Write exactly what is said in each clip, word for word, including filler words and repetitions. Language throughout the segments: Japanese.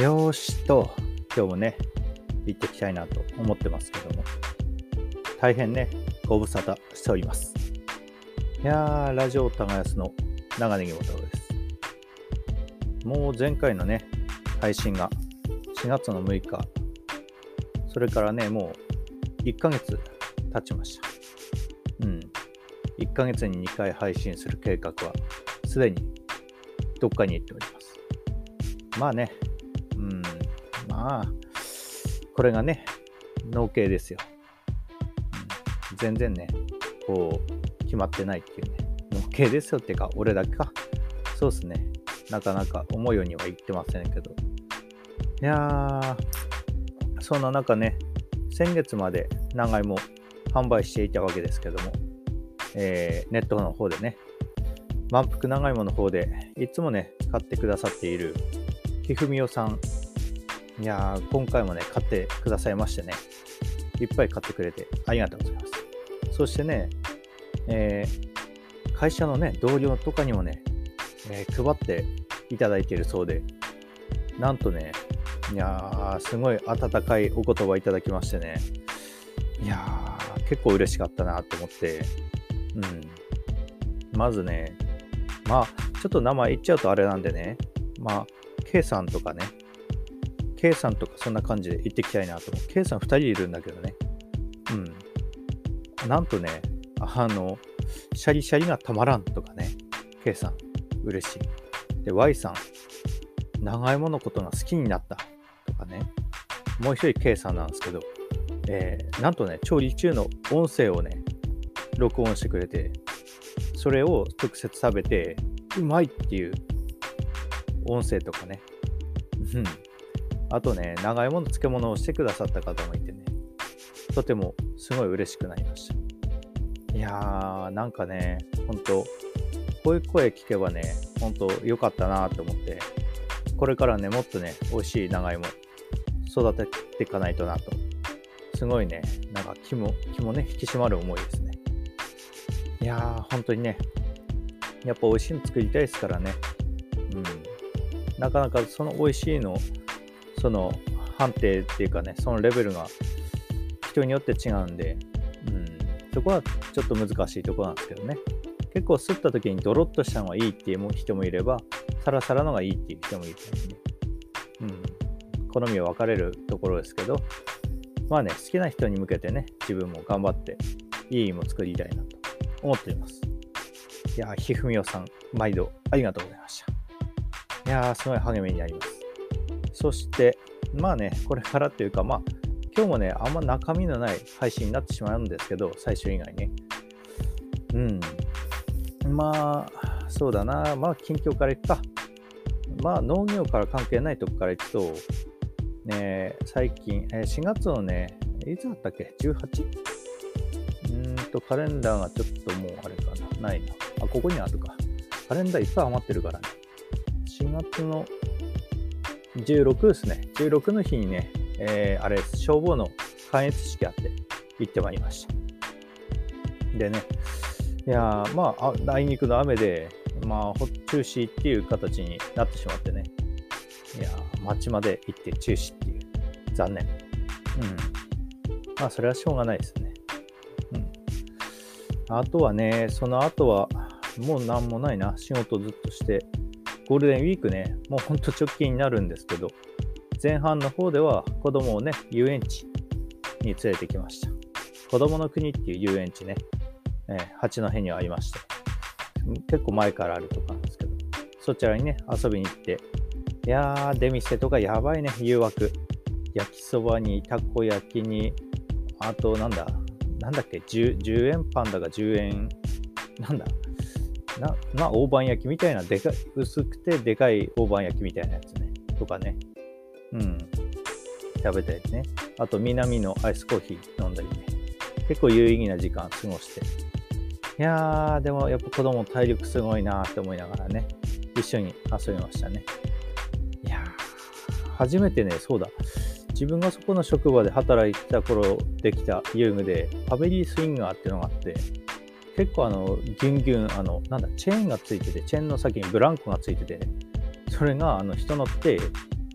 よーしと、今日もね、行ってきたいなと思ってますけども、大変ね、ご無沙汰しております。いやー、ラジオ耕すの長ネギ元です。もう前回のね、配信がしがつのむいか、それからね、もういっかげつ経ちました。うん。いっかげつににかい配信する計画は、すでにどっかに行っております。まあね、うん、まあ、これがね、農系ですよ。うん、全然ね、こう、決まってないっていうね、農系ですよっていうか、俺だけか。そうですね。なかなか思うようには言ってませんけど。いやー、そんな中ね、先月まで長芋販売していたわけですけども、えー、ネットの方でね、満腹長芋の方でいつもね、買ってくださっているひふみおさん、いやー、今回もね、買ってくださいましてね、いっぱい買ってくれてありがとうございます。そしてね、えー、会社のね、同僚とかにもね、えー、配っていただいているそうで、なんとね、いやー、すごい温かいお言葉いただきましてね、いやー、結構嬉しかったなと思って、うん。まずね、まあ、ちょっと名前言っちゃうとあれなんでね、まあ、K さんとかね、K さんとかそんな感じで言ってきたいなと思う。K さんふたりいるんだけどね。うん。なんとね、あの、シャリシャリがたまらんとかね、K さん、嬉しい。で、Y さん、長芋のことが好きになったとかね、もう一人 K さんなんですけど、えー、なんとね、調理中の音声をね、録音してくれて、それを直接食べて、うまいっていう音声とかね。うん。あとね、長芋の漬物をしてくださった方もいてね、とてもすごい嬉しくなりました。いやー、なんかね、ほんと、こういう声聞けばね、ほんと良かったなと思って、これからね、もっとね、美味しい長芋育てていかないとなと、すごいね、なんか気も、気もね、引き締まる思いですね。いやー、本当にね、やっぱ美味しいの作りたいですからね。うん。なかなかその美味しいの、その判定っていうかね、そのレベルが人によって違うんで、うん。そこはちょっと難しいところなんですけどね。結構吸った時にドロッとしたのがいいっていう人もいれば、サラサラのがいいっていう人もいるんで、うん。好みは分かれるところですけど、まあね、好きな人に向けてね、自分も頑張っていい芋作りたいなと思っています。いやー、ひふみおさん、毎度ありがとうございました。いやー、すごい励みになります。そして、まあね、これからというか、まあ、今日もね、あんま中身のない配信になってしまうんですけど、最初以外ね。うん。まあ、そうだな。まあ、近況からいくか。まあ、農業から関係ないとこからいくと、ね、最近、えー、しがつのね、いつだったっけ ?じゅうはち? うーんと、カレンダーがちょっともうあれかな。ないな。あ、ここにあるか。カレンダーいっぱい余ってるからね。しがつのじゅうろくですね。じゅうろくの日にね、えー、あれ、消防の観閲式あって行ってまいりました。でね、いやー、まあ、あいにくの雨で、まあ、中止っていう形になってしまってね。いやー、町まで行って中止っていう。残念。うん。まあ、それはしょうがないですね。うん。あとはね、その後は、もうなんもないな。仕事ずっとして、ゴールデンウィークね、もうほんと直近になるんですけど、前半の方では子供をね、遊園地に連れてきました。子供の国っていう遊園地ね、えー、八戸にはありまして、結構前からあるとかなんですけど、そちらにね、遊びに行って、いやー、出店とかやばいね、誘惑。焼きそばに、たこ焼きに、あとなんだ、なんだっけ、10, じゅうえんパンだかじゅうえん、なんだ、な、まあ、大判焼きみたいな、でかい、薄くてでかい大判焼きみたいなやつね。とかね。うん。食べたりね。あと、南のアイスコーヒー飲んだりね。結構有意義な時間過ごして。いやー、でもやっぱ子供体力すごいなーって思いながらね。一緒に遊びましたね。いやー、初めてね、そうだ。自分がそこの職場で働いてた頃できた遊具で、ファミリースインガーっていうのがあって、結構あの、ギュンギュン、あの、なんだ、チェーンがついてて、チェーンの先にブランコがついてて、それがあの人乗って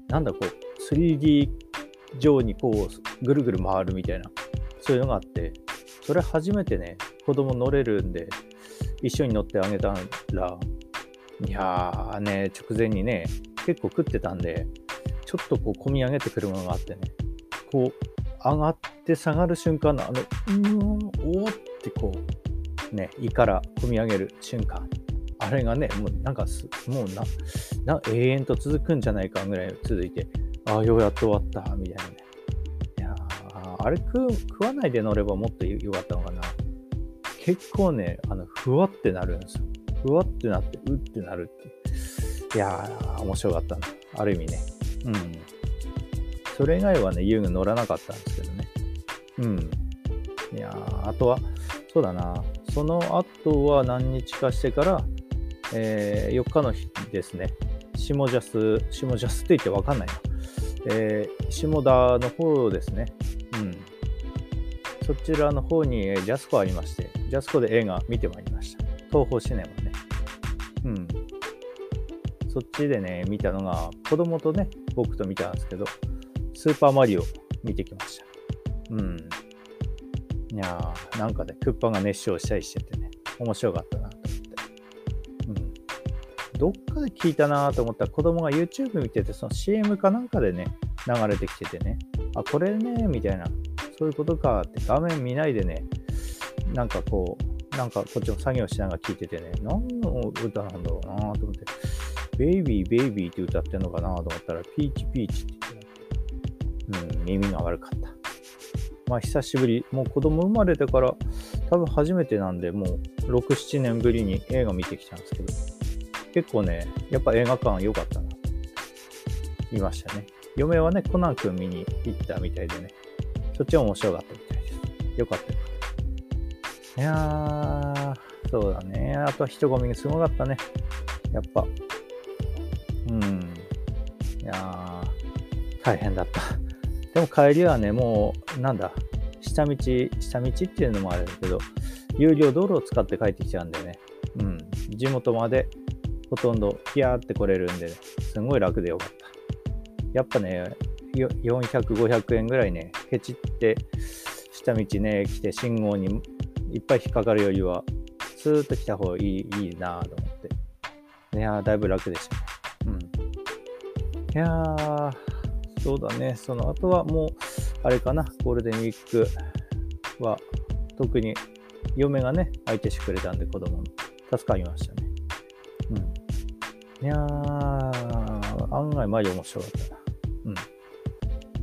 なんだこう スリーディー 上にこうぐるぐる回るみたいな、そういうのがあって、それ初めてね子供乗れるんで一緒に乗ってあげたら、いやーね直前にね結構食ってたんで、ちょっとこう込み上げてくるものがあってね、こう上がって下がる瞬間のあのうーんおーってこうね胃から込み上げる瞬間、あれがねもうなんかすもうなな永遠と続くんじゃないかぐらい続いて、ああようやっと終わったみたいなね。いやーあれ食食わないで乗ればもっと良かったのかな。結構ねあのふわってなるんですよ。ふわってなってうってなるって、いやー面白かったな、ある意味ね。うん。それ以外はね遊具乗らなかったんですけどね。うん。いやーあとはそうだな。その後は何日かしてから、えー、よっかの日ですね。下ジャス下ジャスって言ってわかんないな。えー、下田の方ですね。うん。そちらの方に、えー、ジャスコありまして、ジャスコで映画見てまいりました。東宝シネマね。うん。そっちでね、見たのが、子供とね、僕と見たんですけど、スーパーマリオ見てきました。うん。いやー、なんかね、クッパが熱唱したりしててね、面白かったなと思って。うん。どっかで聞いたなと思ったら、子供が YouTube 見てて、その シーエム かなんかでね、流れてきててね、あ、これね、みたいな、そういうことかって画面見ないでね、なんかこう、なんかこっちも作業しながら聞いててね、何の歌なんだろうなと思って、ベイビーベイビーって歌ってんのかなと思ったら、ピーチピーチって言ってた。うん、耳が悪かった。まあ久しぶり、もう子供生まれてから多分初めてなんで、もうろく、ななねんぶりに映画見てきたんですけど、結構ね、やっぱ映画館良かったなと言いましたね。嫁はね、コナン君見に行ったみたいでね、そっちは面白かったみたいです。よかったよかった。いやー、そうだね。あとは人混みがすごかったね。やっぱ。うん。いやー、大変だった。でも帰りはね、もう、なんだ、下道、下道っていうのもあるけど、有料道路を使って帰ってきちゃうんでね、うん、地元までほとんどピヤーって来れるんでね、すごい楽でよかった。やっぱね、よんひゃく、ごひゃくえんぐらいね、ケチって、下道ね、来て信号にいっぱい引っかかるよりは、スーッと来た方がいい、いいなと思って。いやー、だいぶ楽でしたね。うん。いやー、そうだね。その後はもう、あれかな、ゴールデンウィークは、特に嫁がね、相手してくれたんで、子供の。助かりましたね。うん。いやー、案外マリオ面白かったな。うん。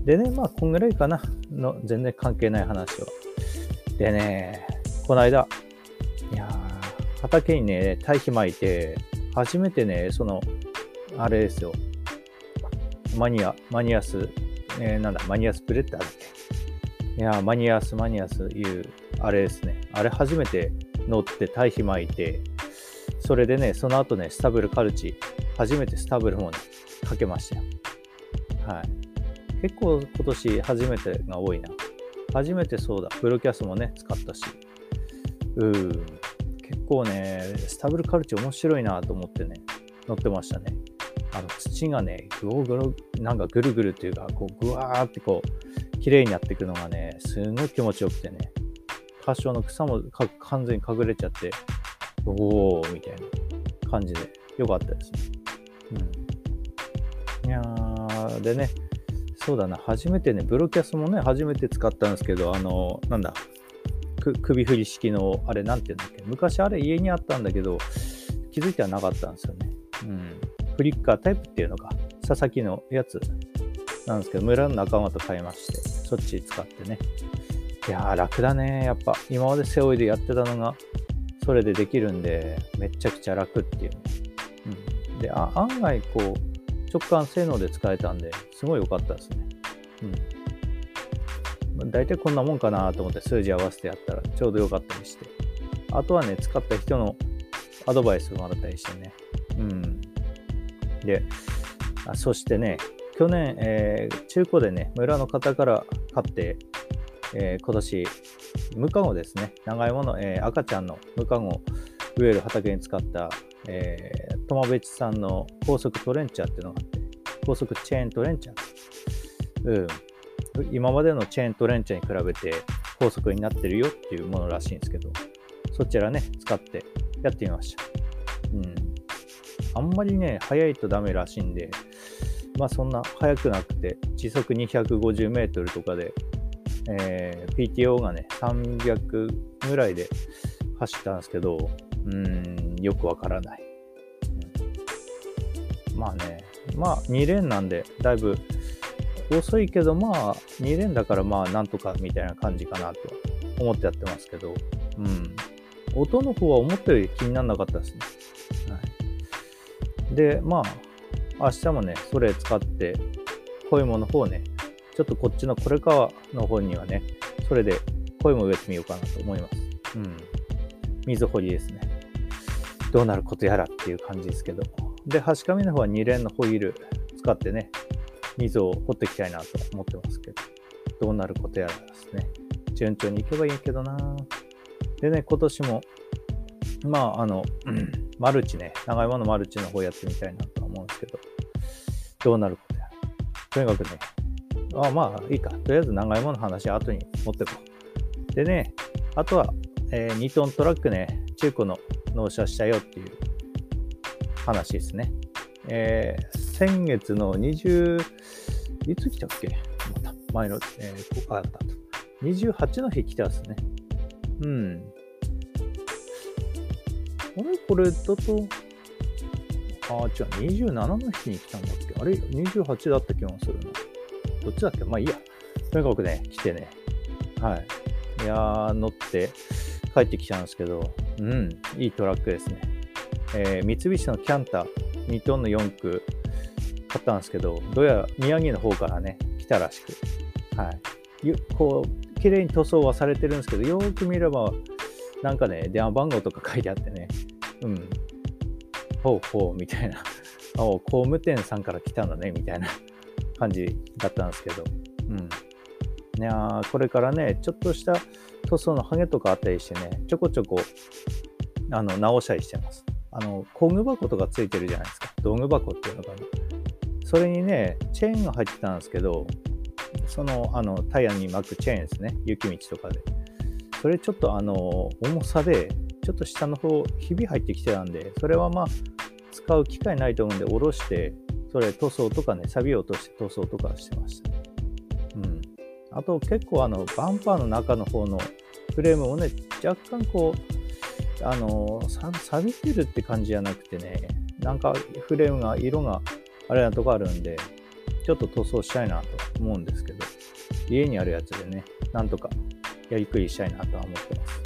でね、まあ、こんぐらいかな。の、全然関係ない話は。でね、この間、いやー、畑にね、堆肥巻いて、初めてね、その、あれですよ。マニア、マニアス、えー、なんだ、マニアスプレッダーだっけ。いやー、マニアス、マニアスいう、あれですね。あれ初めて乗って堆肥巻いて、それでね、その後ね、スタブルカルチ、初めてスタブルもね、かけましたよ。はい。結構今年初めてが多いな。初めてそうだ。プロキャスもね、使ったし。うーん。結構ね、スタブルカルチ面白いなと思ってね、乗ってましたね。あの土がね、ぐおぐろ、なんかぐるぐるっていうか、こうぐわーってこう、綺麗になっていくのがね、すごい気持ちよくてね、多少の草もか完全に隠れちゃって、おーみたいな感じでよかったですね。うん。いやー、でね、そうだな、初めてね、ブロキャスもね、初めて使ったんですけど、あの、なんだ、く首振り式の、あれなんていうんだっけ、昔あれ家にあったんだけど、気づいてはなかったんですよね。うん。フリッカータイプっていうのが佐々木のやつなんですけど、村の仲間と買いまして、そっち使ってね。いやー楽だね。やっぱ今まで背負いでやってたのがそれでできるんで、めちゃくちゃ楽っていうね。うん、であ、案外こう直感性能で使えたんで、すごい良かったですね。うん。大体こんなもんかなと思って数字合わせてやったらちょうど良かったりして。あとはね、使った人のアドバイスをもらったりしてね。うん。で、あそしてね、去年、えー、中古でね、村の方から買って、えー、今年、ムカゴですね、長芋の、えー、赤ちゃんのムカゴを植える畑に使った、えー、トマベチ産の高速トレンチャーっていうのがあって、 高速チェーンと連チャン。うん。今までのチェーンと連チャンに比べて高速になってるよっていうものらしいんですけど、そちらね、使ってやってみました。うん。あんまりね、速いとダメらしいんで、まあそんな速くなくて、時速にひゃくごじゅうメートルとかで、えー、ピーティーオー がね、さんびゃくぐらいで走ったんですけど、うーん、よくわからない。うん、まあね、まあにレーンなんで、だいぶ遅いけど、まあにレーンだからまあなんとかみたいな感じかなと思ってやってますけど、うん。音の方は思ったより気にならなかったですね。はい、で、まあ、明日もね、それ使って、小芋の方ね、ちょっとこっちのこれかの方にはね、それで小芋植えてみようかなと思います。うん。水掘りですね。どうなることやらっていう感じですけど。で、端紙の方はにレーンのホイール使ってね、水を掘っていきたいなと思ってますけど、どうなることやらですね。順調にいけばいいけどな。でね、今年も、まあ、あの、マルチね、長芋のマルチの方やってみたいなと思うんですけど、どうなることやら。とにかくね、あまあいいか。とりあえず長芋の話は後に持ってこう。でね、あとは、えー、にトントラックね、中古の納車したよっていう話ですね。えー、先月のにじゅう、いつ来たっけまた前の、えー、あったと。にじゅうはちの日来たっすね。うん。あれこれだと、あ、違う、にじゅうしちの日に来たんだっけあれ ?にじゅうはち だった気がするな。どっちだっけまあいいや。とにかくね、来てね。はい。いやー、乗って帰ってきたんですけど、うん、いいトラックですね。えー、三菱のキャンターにトンのよん区買ったんですけど、どうやら宮城の方からね、来たらしく。はい。こう、綺麗に塗装はされてるんですけど、よーく見れば、なんかね、電話番号とか書いてあってね、うん、ほうほうみたいな、あ、工務店さんから来たんだね、みたいな感じだったんですけど、うん。いやー、これからね、ちょっとした塗装のハゲとかあったりしてね、ちょこちょこ、あの、直したりしてます。あの、工具箱とかついてるじゃないですか。道具箱っていうのかな。それにね、チェーンが入ってたんですけど、その、あの、タイヤに巻くチェーンですね。雪道とかで。それちょっとあの、重さで、ちょっと下の方、ひび入ってきてたんで、それはまあ、使う機会ないと思うんで、下ろして、それ塗装とかね、錆を落として塗装とかしてました。うん。あと結構あの、バンパーの中の方のフレームもね、若干こう、あの、錆びてるって感じじゃなくてね、なんかフレームが、色があれなとこあるんで、ちょっと塗装したいなと思うんですけど、家にあるやつでね、なんとかやりくりしたいなとは思ってます。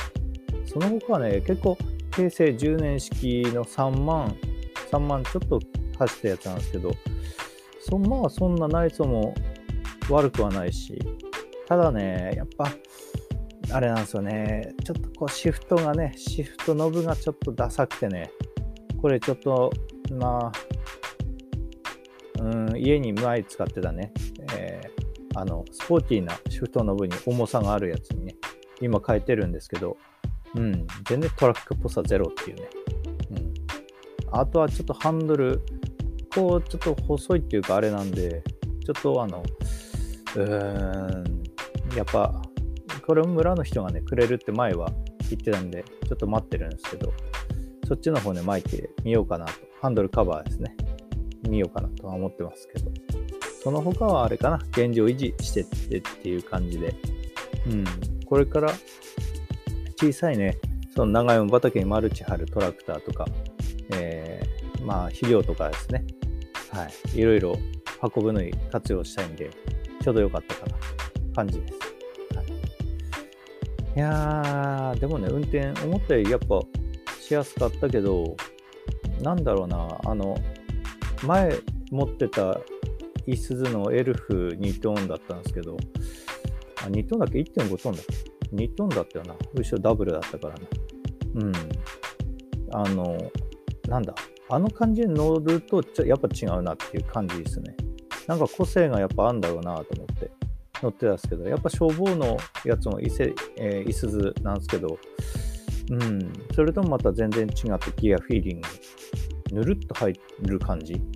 その他はね、結構、平成じゅうねん式のさんまん、さんまんちょっと走ったやつなんですけど、そまあそんな内装も悪くはないし、ただね、やっぱ、あれなんですよね、ちょっとこうシフトがね、シフトノブがちょっとダサくてね、これちょっと、まあ、うん、家に前使ってたね、えー、あの、スポーティーなシフトノブに重さがあるやつにね、今変えてるんですけど、うん、全然トラックっぽさゼロっていうね。うん。あとはちょっとハンドル、こう、ちょっと細いっていうかあれなんで、ちょっとあの、うーん、やっぱ、これを村の人がね、くれるって前は言ってたんで、ちょっと待ってるんですけど、そっちの方ね、巻いてみようかなと。ハンドルカバーですね。見ようかなとは思ってますけど。その他はあれかな、現状維持してってっていう感じで。うん。これから、小さいね、その長芋畑にマルチ張るトラクターとか、えー、まあ肥料とかですね、はい、いろいろ運ぶのに活用したいんで、ちょうど良かったかな感じです。はい、いやー、でもね、運転思ったよりやっぱしやすかったけど、なんだろうな、あの前持ってたいすゞのエルフにトンだったんですけど、あにトンだっけ いってんご トンだっけにトンだったよな。後ろダブルだったからね。うん。あの、なんだ。あの感じで乗るとちょやっぱ違うなっていう感じですね。なんか個性がやっぱあるんだろうなと思って乗ってたんですけど、やっぱ消防のやつもいせ、えー、いすゞなんですけど、うん。それともまた全然違ってギアフィーリング。ぬるっと入る感じ。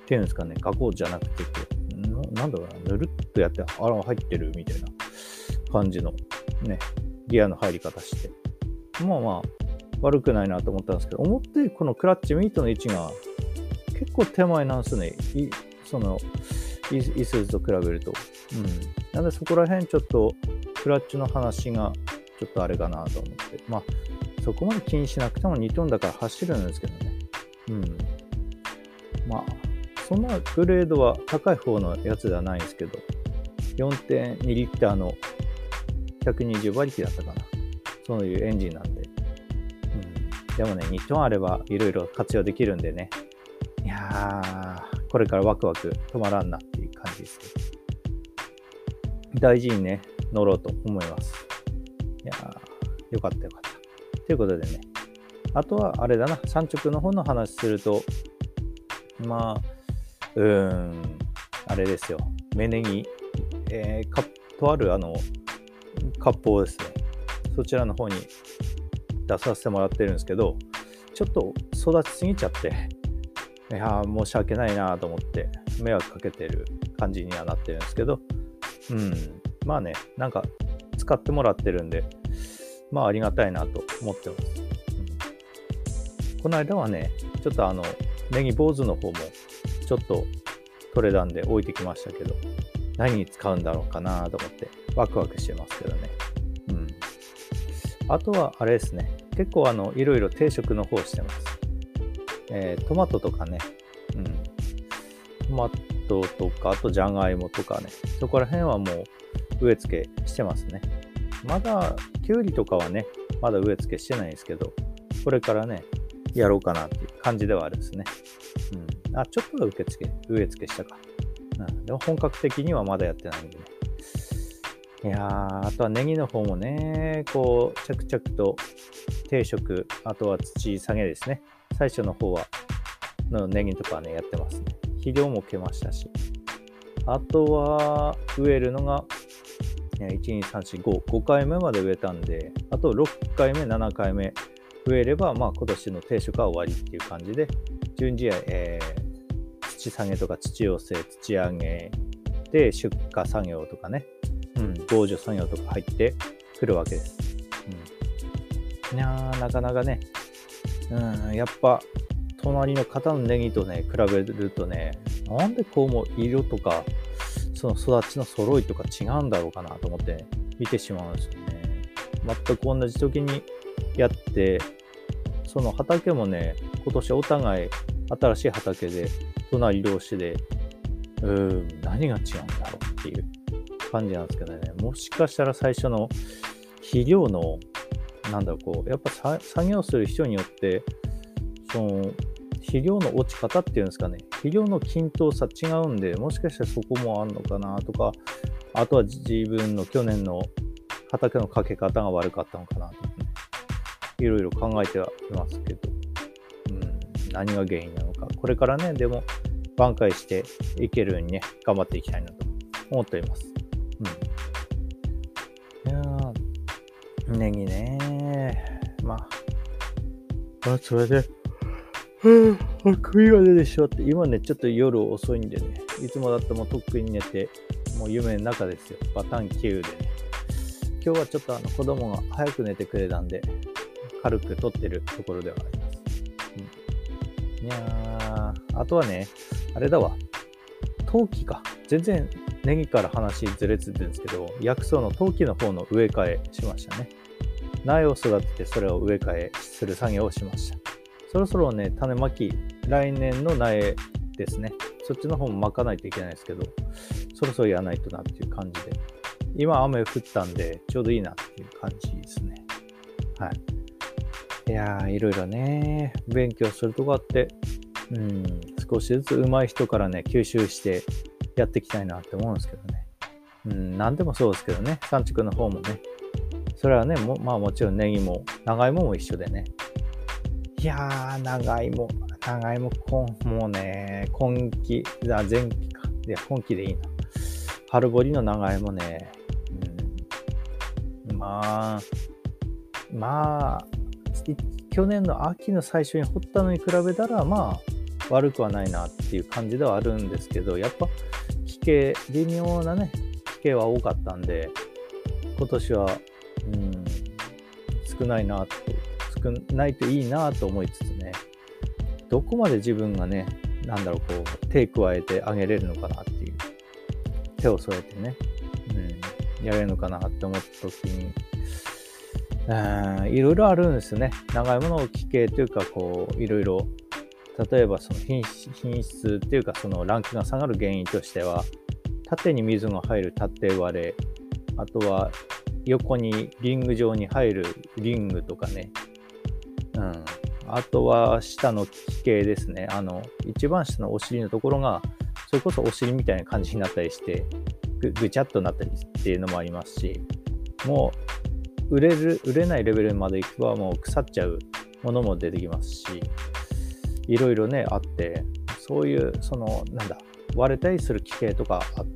っていうんですかね、加工じゃなくてこうな、なんだろうな、ぬるっとやってあら入ってるみたいな感じのねギアの入り方して、まあまあ悪くないなと思ったんですけど、思ったよりこのクラッチミートの位置が結構手前なんですね。いそのイイスーズと比べると、うん、なんでそこら辺ちょっとクラッチの話がちょっとあれかなと思って、まあそこまで気にしなくてもにトンだから走るんですけどね。うん。まあそんなグレードは高い方のやつではないんですけど、よんてんにリッターのひゃくにじゅうばりきだったかな。そういうエンジンなんで。うん。でもね、にトンあればいろいろ活用できるんでね。いやー、これからワクワク止まらんなっていう感じですけど。大事にね、乗ろうと思います。いやー、よかったよかった。ということでね。あとはあれだな、産直の方の話すると、まあ、うーん、あれですよ。芽ネギ、えー、カッとあるあの、割烹ですね。そちらの方に出させてもらってるんですけど、ちょっと育ちすぎちゃって、いやー申し訳ないなと思って迷惑かけてる感じにはなってるんですけど、うん、まあね、なんか使ってもらってるんで、まあありがたいなと思ってます。うん、この間はね、ちょっとあの、ネギ坊主の方もちょっと取れたんで置いてきましたけど、何に使うんだろうかなと思ってワクワクしてますけどね。うん。あとはあれですね。結構あのいろいろ定食の方してます。えー、トマトとかね。うん。トマトとかあとジャガイモとかね。そこら辺はもう植え付けしてますね。まだキュウリとかはね、まだ植え付けしてないんですけど、これからねやろうかなっていう感じではあるんですね。うん。あ、ちょっとは植え付け植え付けしたか。うん、でも本格的にはまだやってないんでね。いやー、あとはネギの方もね、こう、着々と定食、あとは土下げですね。最初の方は、のネギとかね、やってますね。肥料も受けましたし。あとは、植えるのが、いち、に、さん、よん、ご、ごかいめまで植えたんで、あとろっかいめ、ななかいめ植えれば、まあ今年の定食は終わりっていう感じで、順次、えー土下げとか土寄せ、土上げで出荷作業とかね、うん、防除作業とか入ってくるわけです。うん、いやー、なかなかね、うん、やっぱ隣の方のネギとね、比べるとね、なんでこうも色とか、その育ちの揃いとか違うんだろうかなと思って、ね、見てしまうんですよね。全く同じ時にやって、その畑もね、今年お互い新しい畑で、隣同士で、うーん、何が違うんだろうっていう感じなんですけどね。もしかしたら最初の肥料の、なんだろう、こう、やっぱ作業する人によって、その、肥料の落ち方っていうんですかね。肥料の均等さ違うんで、もしかしたらそこもあるのかなとか、あとは自分の去年の畑のかけ方が悪かったのかなとかね。いろいろ考えてはいますけど、うん、何が原因なのか。これからね、でも、挽回していけるようにね、頑張っていきたいなと思っております。うん。いやー、ネギねー。まあ、まあ、それで、はぁ、あくびが出てしまって、今ね、ちょっと夜遅いんでね、いつもだったらもうとっくに寝て、もう夢の中ですよ。バタンキューでね。今日はちょっとあの子供が早く寝てくれたんで、軽く撮ってるところではあります。うん、いやー、あとはね、あれだわ。陶器か。全然ネギから話ずれつってるんですけど、薬草の陶器の方の植え替えしましたね。苗を育ててそれを植え替えする作業をしました。そろそろね、種まき、来年の苗ですね。そっちの方もまかないといけないですけど、そろそろやらないとなっていう感じで。今雨降ったんでちょうどいいなっていう感じですね。はい。いやー、いろいろね、勉強するとこあって、うん、少しずつ上手い人からね、吸収してやっていきたいなって思うんですけどね。うん、なんでもそうですけどね、産地の方もね。それはね、もまあもちろんネギも、長芋も一緒でね。いやー、長芋、長芋、もうね、今季、あ、前期か。いや、今季でいいな。春掘りの長芋ね、うん、まあ、まあ、去年の秋の最初に掘ったのに比べたら、まあ、 悪くはないなっていう感じではあるんですけど、やっぱ奇形、微妙なね、奇形は多かったんで、今年は、うん、少ないなと、少ないといいなと思いつつね、どこまで自分がね、なんだろう、こう、手加えてあげれるのかなっていう、手を添えてね、うん、やれるのかなって思った時に、いろいろあるんですよね。長いものを奇形というか、こう、いろいろ、例えばその品質、品質っていうか、そのランクが下がる原因としては、縦に水が入る縦割れ、あとは横にリング状に入るリングとかね、うん、あとは下の奇形ですね。あの一番下のお尻のところがそれこそお尻みたいな感じになったりして ぐ, ぐちゃっとなったりっていうのもありますし、もう売れる売れないレベルまでいけばもう腐っちゃうものも出てきますし、いろいろねあって、そういうそのなんだ割れたりする奇形とかあって、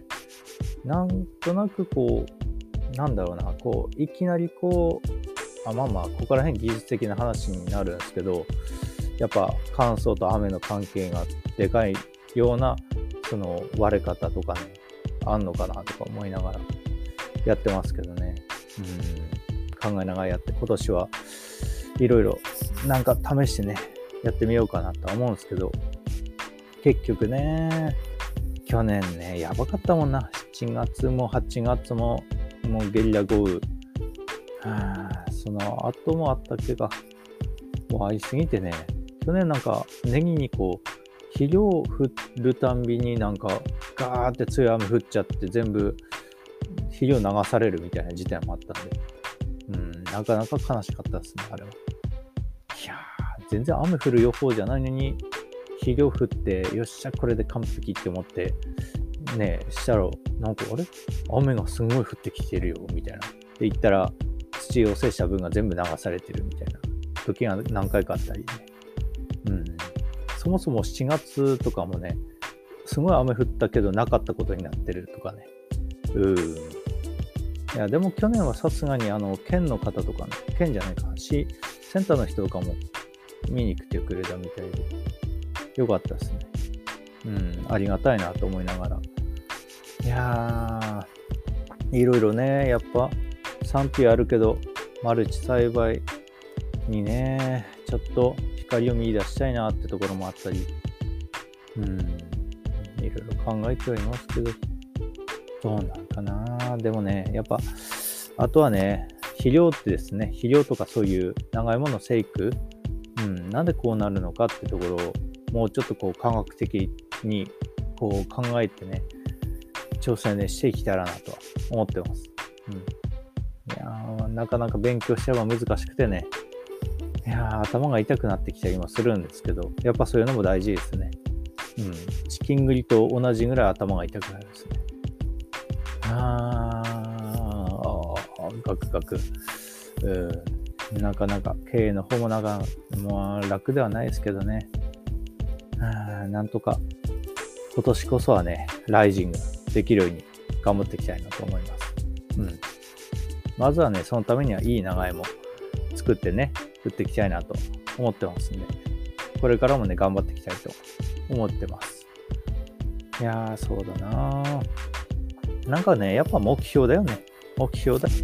なんとなくこうなんだろうな、こういきなりこうあまあまあここら辺技術的な話になるんですけど、やっぱ乾燥と雨の関係がでかいようなその割れ方とかねあんのかなとか思いながらやってますけどね、うん、考えながらやって、今年はいろいろなんか試してねやってみようかなとは思うんですけど、結局ね去年ねやばかったもんな。しちがつもはちがつももうゲリラ豪雨、はあ、その後もあったっけか、もうありすぎてね、去年なんかネギにこう肥料を振るたんびになんかガーって強い雨降っちゃって全部肥料流されるみたいな事態もあったんで、うん、なかなか悲しかったですね、あれは。いやー、全然雨降る予報じゃないのに肥料降ってよっしゃこれで完璧って思ってねえしたら、なんかあれ雨がすごい降ってきてるよみたいなって言ったら、土を制した分が全部流されてるみたいな時が何回かあったりね、うん、そもそもしちがつとかもねすごい雨降ったけどなかったことになってるとかね、うん、いやでも去年はさすがにあの県の方とかね、県じゃないか市センターの人とかも見に来てくれたみたいでよかったですね。うん、ありがたいなと思いながら、いやーいろいろねやっぱ賛否あるけどマルチ栽培にねちょっと光を見出したいなってところもあったり、うんいろいろ考えてはいますけどどうなるかな。でもねやっぱあとはね肥料ってですね、肥料とかそういう長芋の生育、うん、なんでこうなるのかってところをもうちょっとこう科学的にこう考えてね挑戦ねしていきたらなとは思ってます。うん、いやーなかなか勉強しちゃえば難しくてね、いやー頭が痛くなってきたりもするんですけど、やっぱそういうのも大事ですね。うん、チキン栗と同じぐらい頭が痛くなるんですね。あーガクガク、うん、なかなか経営の方もなんかもう楽ではないですけどね、あなんとか今年こそはねライジングできるように頑張っていきたいなと思います。うん、まずはねそのためにはいい長芋作ってね売っていきたいなと思ってますんで、これからもね頑張っていきたいと思ってます。いやーそうだなー、なんかねやっぱ目標だよね、目標だ。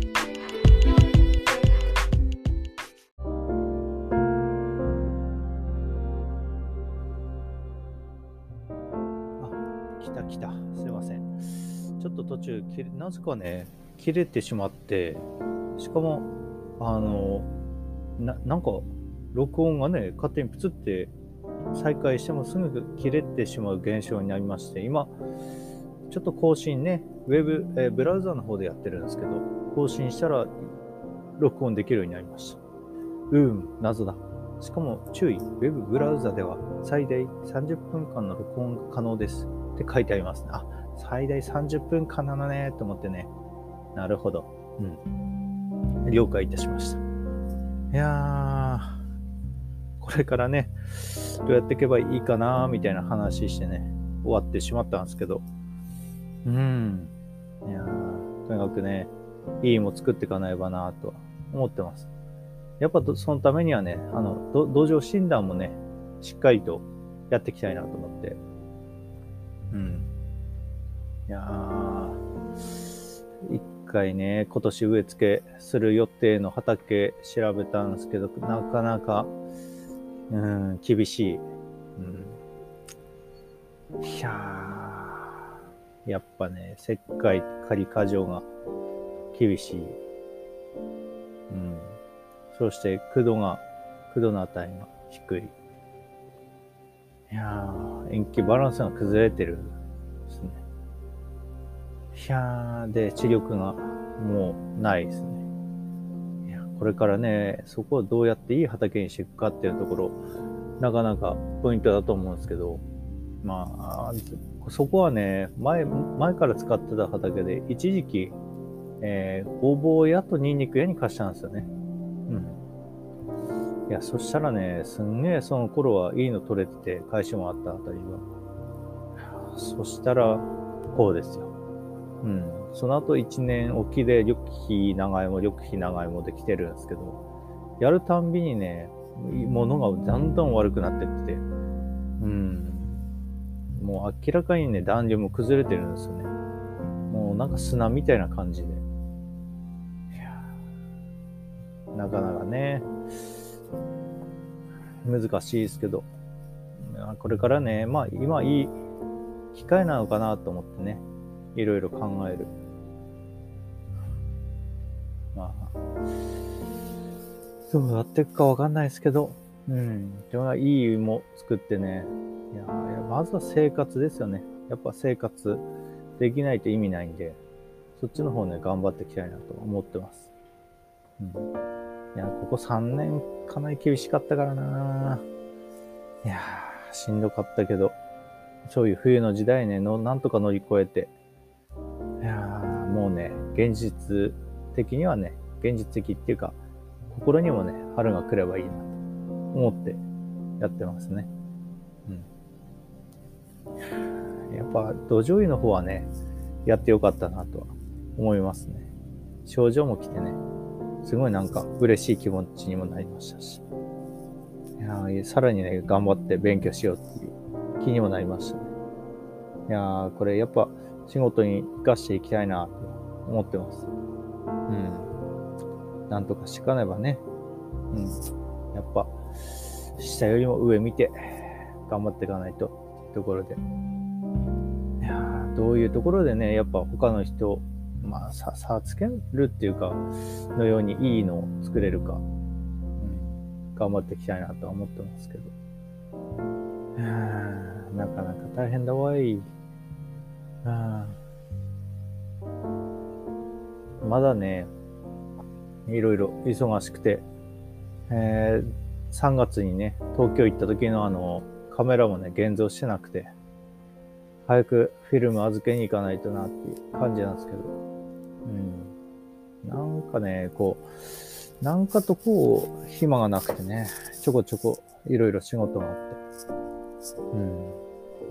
あ、来た来た、すいません、ちょっと途中なぜかね切れてしまって、しかもあのな, なんか録音がね勝手にプツって再開してもすぐ切れてしまう現象になりまして、今ちょっと更新ねウェブ、えー、ブラウザの方でやってるんですけど、更新したら録音できるようになりました。うん謎だ。しかも注意、ウェブブラウザでは最大さんじゅっぷんかんの録音が可能ですって書いてありますね。あ、最大さんじゅっぷんかんなのねと思ってね、なるほど、うん了解いたしました。いやーこれからねどうやっていけばいいかなみたいな話してね終わってしまったんですけど、うんいやーとにかくねいいも作っていかないばなと思ってます。やっぱそのためにはねあの土壌診断もねしっかりとやっていきたいなと思って。うん。いやー、一回ね、今年植え付けする予定の畑調べたんですけど、なかなか、うん、厳しい。うん、いやー、やっぱね、石灰仮過剰が厳しい。うん。そして、駆動が、駆動の値が低い。いやー、塩基バランスが崩れてるですね。いやー、で、知力がもうないですね。いや、これからね、そこをどうやっていい畑にしていくかっていうところ、なかなかポイントだと思うんですけど、まあ、そこはね、前、前から使ってた畑で、一時期、えー、ごぼう屋とニンニク屋に貸したんですよね。うん。いや、そしたらね、すんげえその頃はいいの取れてて、返しもあったあたりが。そしたら、こうですよ。うん。その後いちねんおきで緑肥長芋、緑肥長芋できてるんですけど、やるたんびにね、物がだんだん悪くなってってて、うん。もう明らかにね、弾力も崩れてるんですよね。もうなんか砂みたいな感じで。いやー、なかなかね、難しいですけど、これからね、まあ今いい機会なのかなと思ってね、いろいろ考える。まあ、どうなっていくかわかんないですけど、うん。でもいい芋作ってね、いや、まずは生活ですよね。やっぱ生活できないと意味ないんで、そっちの方ね、頑張っていきたいなと思ってます。うん。いや、ここさんねんかなり厳しかったからな。いやー、しんどかったけど、そういう冬の時代ね、のなんとか乗り越えて、いやー、もうね、現実的にはね、現実的っていうか、心にもね、春が来ればいいなと思ってやってますね。うん。やっぱ土壌医の方はね、やってよかったなとは思いますね。症状も来てね、すごいなんか嬉しい気持ちにもなりましたし、いやー、さらにね、頑張って勉強しようっていう気にもなりましたね。いやー、これやっぱ仕事に活かしていきたいなと思ってます。うん。なんとかしかねばね。うん。やっぱ、下よりも上見て、頑張っていかないと、ってところで。いやー、どういうところでね、やっぱ他の人、まあ、さ、差つけるっていうか、のようにいいのを作れるか、うん、頑張っていきたいなとは思ってますけど。いやー、なかなか大変だわい。あまだね、いろいろ忙しくて、えー、さんがつにね、東京行った時のあの、カメラもね、現像してなくて、早くフィルム預けに行かないとなっていう感じなんですけど、うん。なんかね、こう、なんかとこう、暇がなくてね、ちょこちょこいろいろ仕事があって、うん。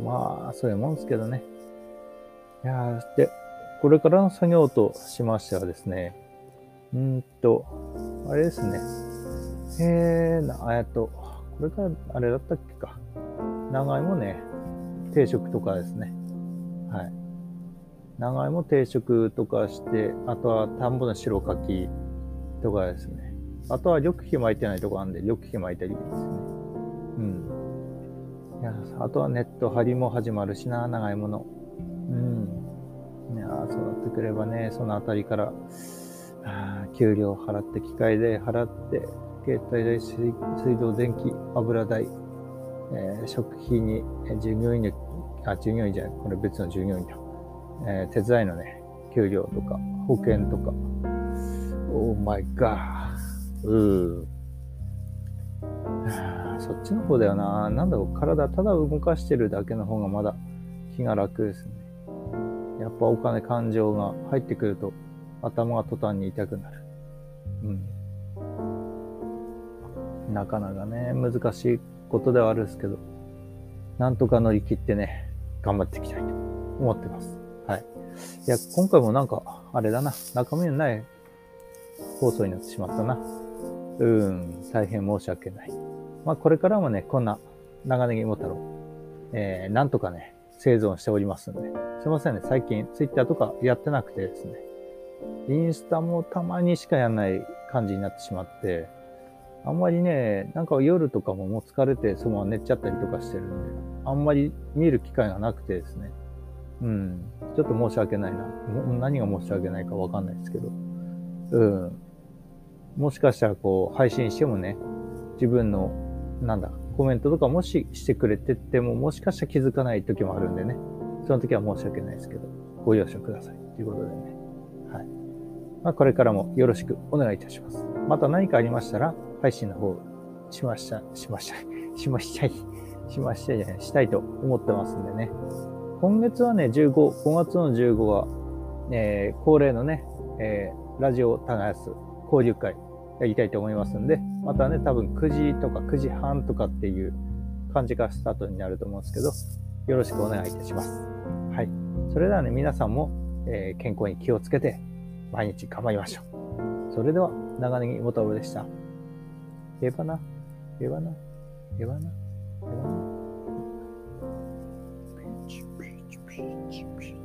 まあ、そういうもんですけどね。いやー、で、これからの作業としましてはですね、うーんと、あれですね。えー、な、えっと、これからあれだったっけか。長芋ね、定食とかですね。はい。長芋定食とかして、あとは田んぼの白かきとかですね。あとは緑肥巻いてないとこあるんで、緑肥巻いたりですね。うん。いや、あとはネット張りも始まるしな、長芋の。うん。いや、そうなってくればね、そのあたりから、給料払って、機械で払って、携帯代、水道、電気、油代、えー、食費に、従業員で、あ、従業員じゃない、これ別の従業員だ。えー、手伝いのね、給料とか、保険とか。オーマイガー。うー。そっちの方だよな。なんだろう、体ただ動かしてるだけの方がまだ気が楽ですね。やっぱお金、感情が入ってくると、頭が途端に痛くなる。うん。なかなかね、難しいことではあるんですけど、なんとか乗り切ってね、頑張っていきたいと思ってます。はい。いや、今回もなんか、あれだな、中身のない放送になってしまったな。うん、大変申し訳ない。まあ、これからもね、こんな長ネギも太郎えー、なんとかね、生存しておりますんで。すいませんね、最近ツイッターとかやってなくてですね。インスタもたまにしかやんない感じになってしまって、あんまりね、なんか夜とかももう疲れてそのまま寝ちゃったりとかしてるんで、あんまり見る機会がなくてですね。うん。ちょっと申し訳ないな。何が申し訳ないかわかんないですけど。うん。もしかしたらこう、配信してもね、自分の、なんだ、コメントとかもししてくれてても、もしかしたら気づかない時もあるんでね。その時は申し訳ないですけど、ご容赦ください。ということでね。はい。まあ、これからもよろしくお願いいたします。また何かありましたら、配信の方、しました、しました、しましたい、しましたいじゃない、したいと思ってますんでね。今月はね、じゅうご、ごがつのじゅうごは、えー、恒例のね、えー、ラジオ耕す交流会やりたいと思いますんで、またね、多分くじとかくじはんとかっていう感じがスタートになると思うんですけど、よろしくお願いいたします。はい。それではね、皆さんも、えー、健康に気をつけて、毎日頑張りましょう。それでは、長ネギ元部でした。えばな、えばな、えばな、えばな。ピチピチピチピチ